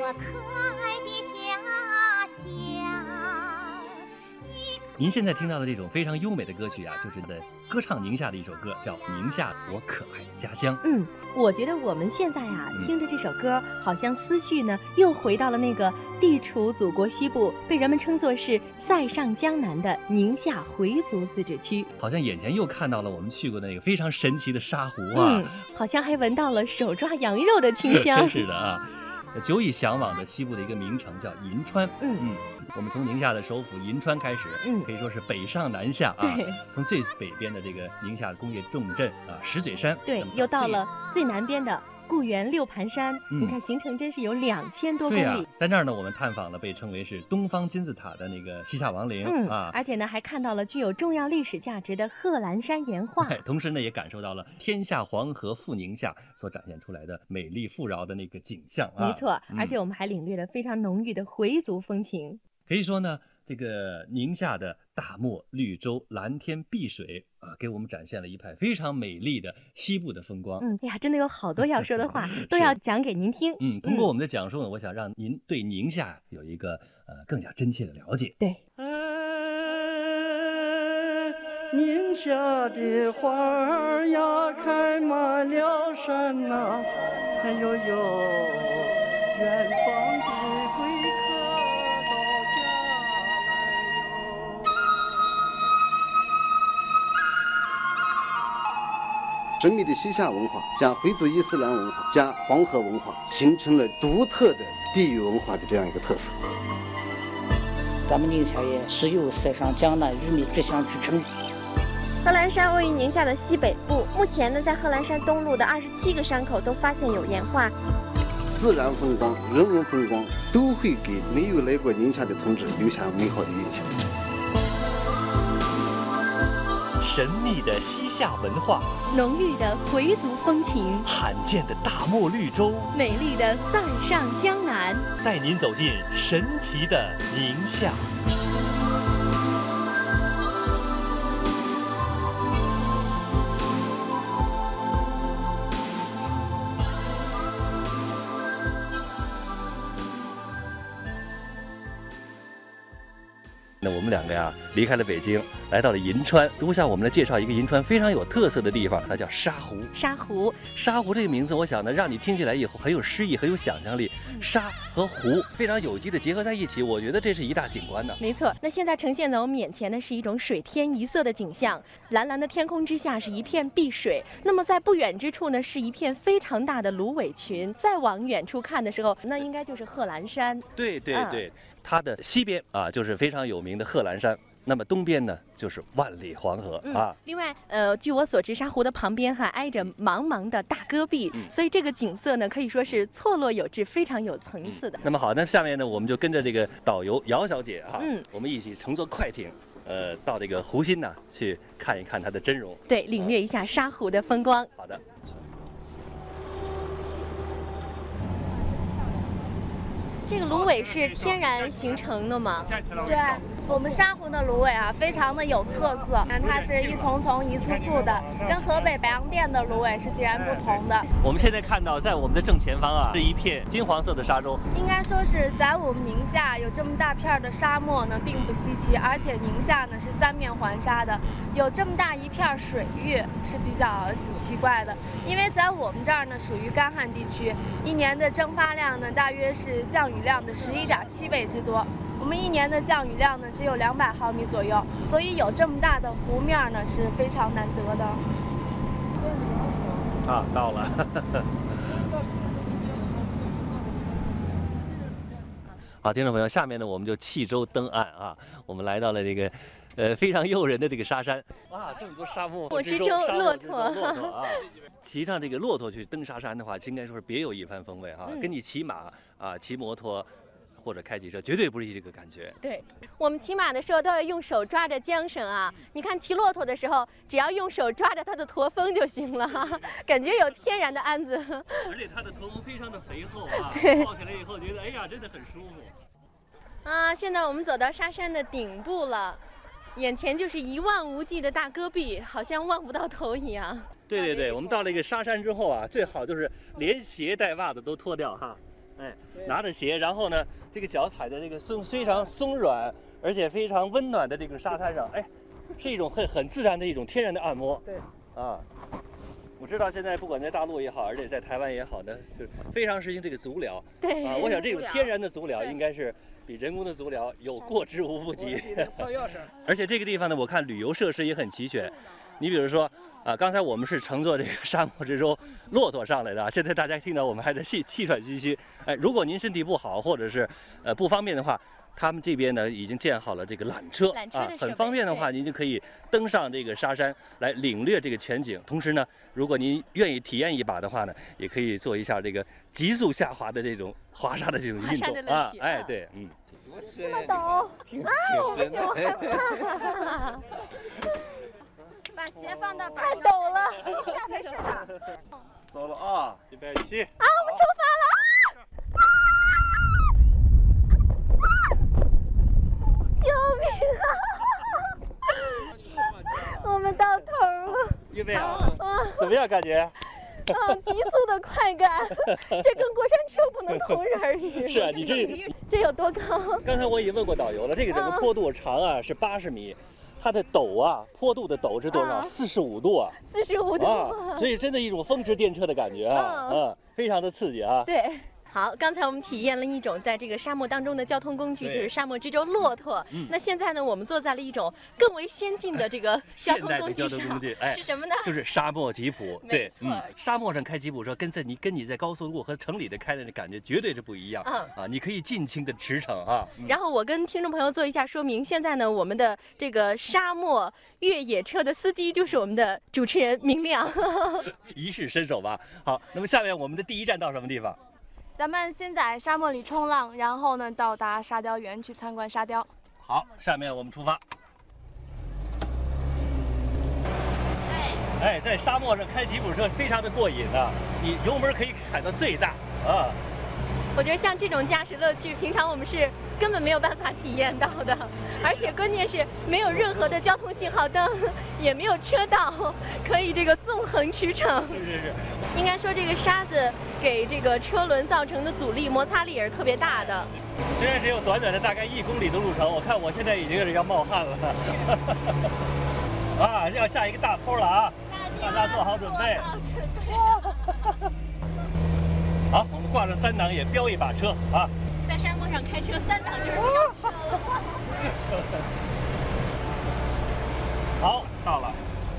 可爱的家乡。 您现在听到的这种非常优美的歌曲啊，就是的歌唱宁夏的一首歌，叫《宁夏我可爱家乡》。 我觉得我们现在啊，听着这首歌，好像思绪呢又回到了那个地处祖国西部，被人们称作是塞上江南的宁夏回族自治区。 好像眼前又看到了我们去过的那个非常神奇的沙湖啊， 好像还闻到了手抓羊肉的清香。 真是的啊，久已向往的西部的一个名城叫银川。我们从宁夏的首府银川开始，可以说是北上南下啊。从最北边的这个宁夏工业重镇啊石嘴山， 对，又到了最南边的固原六盘山。你看行程真是有2000多公里。 对啊，在那儿呢，我们探访了被称为是东方金字塔的那个西夏王陵啊， 而且呢还看到了具有重要历史价值的贺兰山岩画。 同时呢也感受到了天下黄河赴宁夏所展现出来的美丽富饶的那个景象啊。 没错，而且我们还领略了非常浓郁的回族风情。 可以说呢，这个宁夏的大漠、绿洲、蓝天、碧水啊，给我们展现了一派非常美丽的西部的风光。 哎呀，真的有好多要说的话，都要讲给您听。 通过我们的讲述呢，我想让您对宁夏有一个更加真切的了解。 对。 宁夏的花儿呀，开满了山呐，哎呦呦，远方的归客到家来哟。 神秘的西夏文化加回族伊斯兰文化加黄河文化，形成了独特的地域文化的这样一个特色。 咱们宁夏也是有塞上江南鱼米之乡之称。 贺兰山位于宁夏的西北部，目前呢，在贺兰山东麓的27个山口都发现有岩画。 自然风光、人文风光都会给没有来过宁夏的同志留下美好的印象。 神秘的西夏文化， 浓郁的回族风情， 罕见的大漠绿洲， 美丽的塞上江南， 带您走进神奇的宁夏。 那我们两个呀，离开了北京，来到了银川。独向我们来介绍一个银川非常有特色的地方，它叫沙湖。沙湖这个名字，我想呢，让你听起来以后很有诗意，很有想象力。沙和湖非常有机的结合在一起，我觉得这是一大景观呢。 没错，那现在呈现在我们眼前的是一种水天一色的景象，蓝蓝的天空之下是一片碧水。那么在不远之处呢，是一片非常大的芦苇群。再往远处看的时候，那应该就是贺兰山。 对。它的西边啊，就是非常有名的贺兰山。那么东边呢，就是万里黄河啊。 另外，据我所知，沙湖的旁边还挨着茫茫的大戈壁，所以这个景色呢，可以说是错落有致，非常有层次的。 那么好，那下面呢，我们就跟着这个导游姚小姐啊，我们一起乘坐快艇，到这个湖心呢，去看一看它的真容。 对，领略一下沙湖的风光。 好的。 这个芦苇是天然形成的吗？ 对，我们沙湖的芦苇啊，非常的有特色，它是一丛丛、一簇簇的，跟河北白洋淀的芦苇是截然不同的。 我们现在看到，在我们的正前方啊，是一片金黄色的沙洲。 应该说是在我们宁夏有这么大片的沙漠呢，并不稀奇，而且宁夏呢是三面环沙的，有这么大一片水域是比较奇怪的，因为在我们这儿呢属于干旱地区，一年的蒸发量呢大约是降雨量的11.7倍之多。我们一年的降雨量呢只有200毫米左右，所以有这么大的湖面呢是非常难得的。 啊，到了。好，听众朋友，下面呢我们就弃舟登岸啊，我们来到了这个非常诱人的这个沙山。哇，这么多沙漠之中骆驼啊！骑上这个骆驼去登沙山的话，应该说是别有一番风味哈。跟你骑马啊、骑摩托或者开汽车，绝对不是这个感觉。 对，我们骑马的时候都要用手抓着缰绳啊。你看骑骆驼的时候，只要用手抓着它的驼峰就行了，感觉有天然的鞍子。 而且它的驼峰非常的肥厚啊，抱起来以后觉得哎呀，真的很舒服。 啊，现在我们走到沙山的顶部了，眼前就是一望无际的大戈壁，好像望不到头一样。 对，我们到了一个沙山之后啊，最好就是连鞋带袜子都脱掉哈。 哎，拿着鞋，然后呢，这个脚踩在这个非常松软而且非常温暖的这个沙滩上，哎，是一种很自然的一种天然的按摩。 对， 啊。我知道现在不管在大陆也好，而且在台湾也好呢，就非常实行这个足疗。 对啊，我想这种天然的足疗应该是比人工的足疗有过之无不及。而且这个地方呢，我看旅游设施也很齐全。你比如说啊，刚才我们是乘坐这个沙漠之舟骆驼上来的，现在大家听到我们还在气喘吁吁。哎，如果您身体不好或者是不方便的话，他们这边呢已经建好了这个缆车啊，很方便的话，您就可以登上这个沙山来领略这个全景。同时呢，如果您愿意体验一把的话呢，也可以做一下这个急速下滑的这种滑沙的这种运动啊。哎，对， 这么陡，挺深的。我害怕。 把鞋放到太陡了， 下没事的。 走了啊，预备起。 啊，我们出发了。救命啊！我们到头了。 预备好了，怎么样感觉？ 急速的快感，这跟过山车不能同日而语。 是啊，你这有多高？ 刚才我已经问过导游了，这个整个坡度长啊是80米，它的陡啊，坡度的陡是多少？45度啊 ！45度啊！所以真的一种风驰电掣的感觉啊，非常的刺激啊。 对。好，刚才我们体验了一种在这个沙漠当中的交通工具，就是沙漠之舟骆驼。那现在呢，我们坐在了一种更为先进的这个交通工具上，是什么呢？ 就是沙漠吉普。 对， 沙漠上开吉普车跟你在高速路和城里的开的感觉绝对是不一样。啊，你可以尽情的驰骋啊。 然后我跟听众朋友做一下说明，现在呢，我们的这个沙漠越野车的司机就是我们的主持人明亮， 一试身手吧。好，那么下面我们的第一站到什么地方？ 咱们先在沙漠里冲浪，然后呢到达沙雕园去参观沙雕。 好，下面我们出发。哎，在沙漠上开吉普车非常的过瘾啊！你油门可以踩到最大啊！ 我觉得像这种驾驶乐趣，平常我们是根本没有办法体验到的，而且关键是没有任何的交通信号灯，也没有车道，可以这个纵横驰骋。 是。 应该说这个沙子给这个车轮造成的阻力摩擦力也是特别大的。 虽然只有短短的大概1公里的路程，我看我现在已经有点要冒汗了。啊，要下一个大坡了啊！大家做好准备。好，我们挂着3档也飙一把车啊！ 在沙漠上开车3档就是飙车了。 好，到了。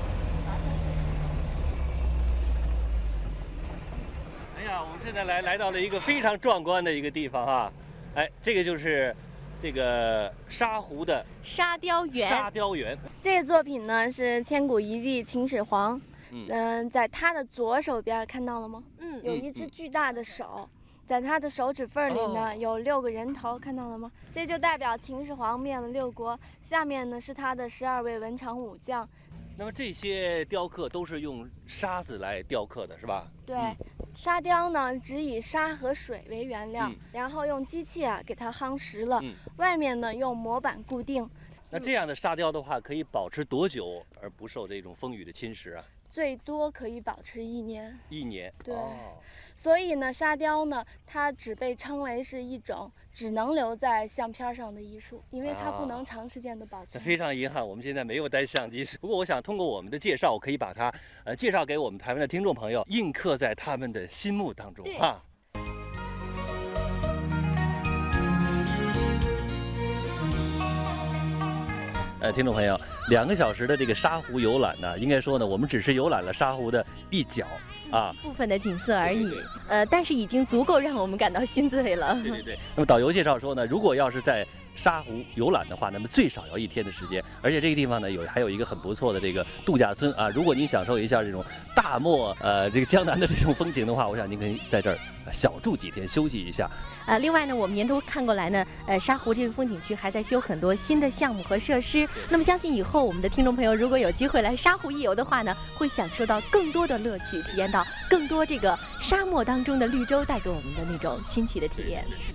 哎呀，我们现在来到了一个非常壮观的一个地方啊！哎，这个就是这个沙湖的沙雕园。 沙雕园这个作品呢是千古一帝秦始皇。在他的左手边看到了吗？有一只巨大的手，在他的手指缝里呢有6个人头，看到了吗？这就代表秦始皇灭了6国。下面呢是他的12位文长武将。 那么这些雕刻都是用沙子来雕刻的，是吧？ 对，沙雕呢只以沙和水为原料，然后用机器给它夯实了，外面呢用模板固定。 那这样的沙雕的话，可以保持多久而不受这种风雨的侵蚀啊？ 最多可以保持1年。 1年。 对。所以呢，沙雕呢，它只被称为是一种只能留在相片上的艺术，因为它不能长时间的保存。 非常遗憾，我们现在没有带相机。不过，我想通过我们的介绍，我可以把它介绍给我们台湾的听众朋友，印刻在他们的心目当中啊。听众朋友，2个小时的这个沙湖游览呢，应该说呢，我们只是游览了沙湖的一角啊， 部分的景色而已。但是已经足够让我们感到心醉了。 对。那么导游介绍说呢，如果要是在沙湖游览的话，那么最少要1天的时间。而且这个地方呢，还有一个很不错的这个度假村啊。如果您享受一下这种大漠这个江南的这种风情的话，我想您可以在这儿小住几天，休息一下。 另外呢，我们沿途看过来呢，沙湖这个风景区还在修很多新的项目和设施。那么相信以后我们的听众朋友如果有机会来沙湖一游的话呢，会享受到更多的乐趣，体验到更多这个沙漠当中的绿洲带给我们的那种新奇的体验。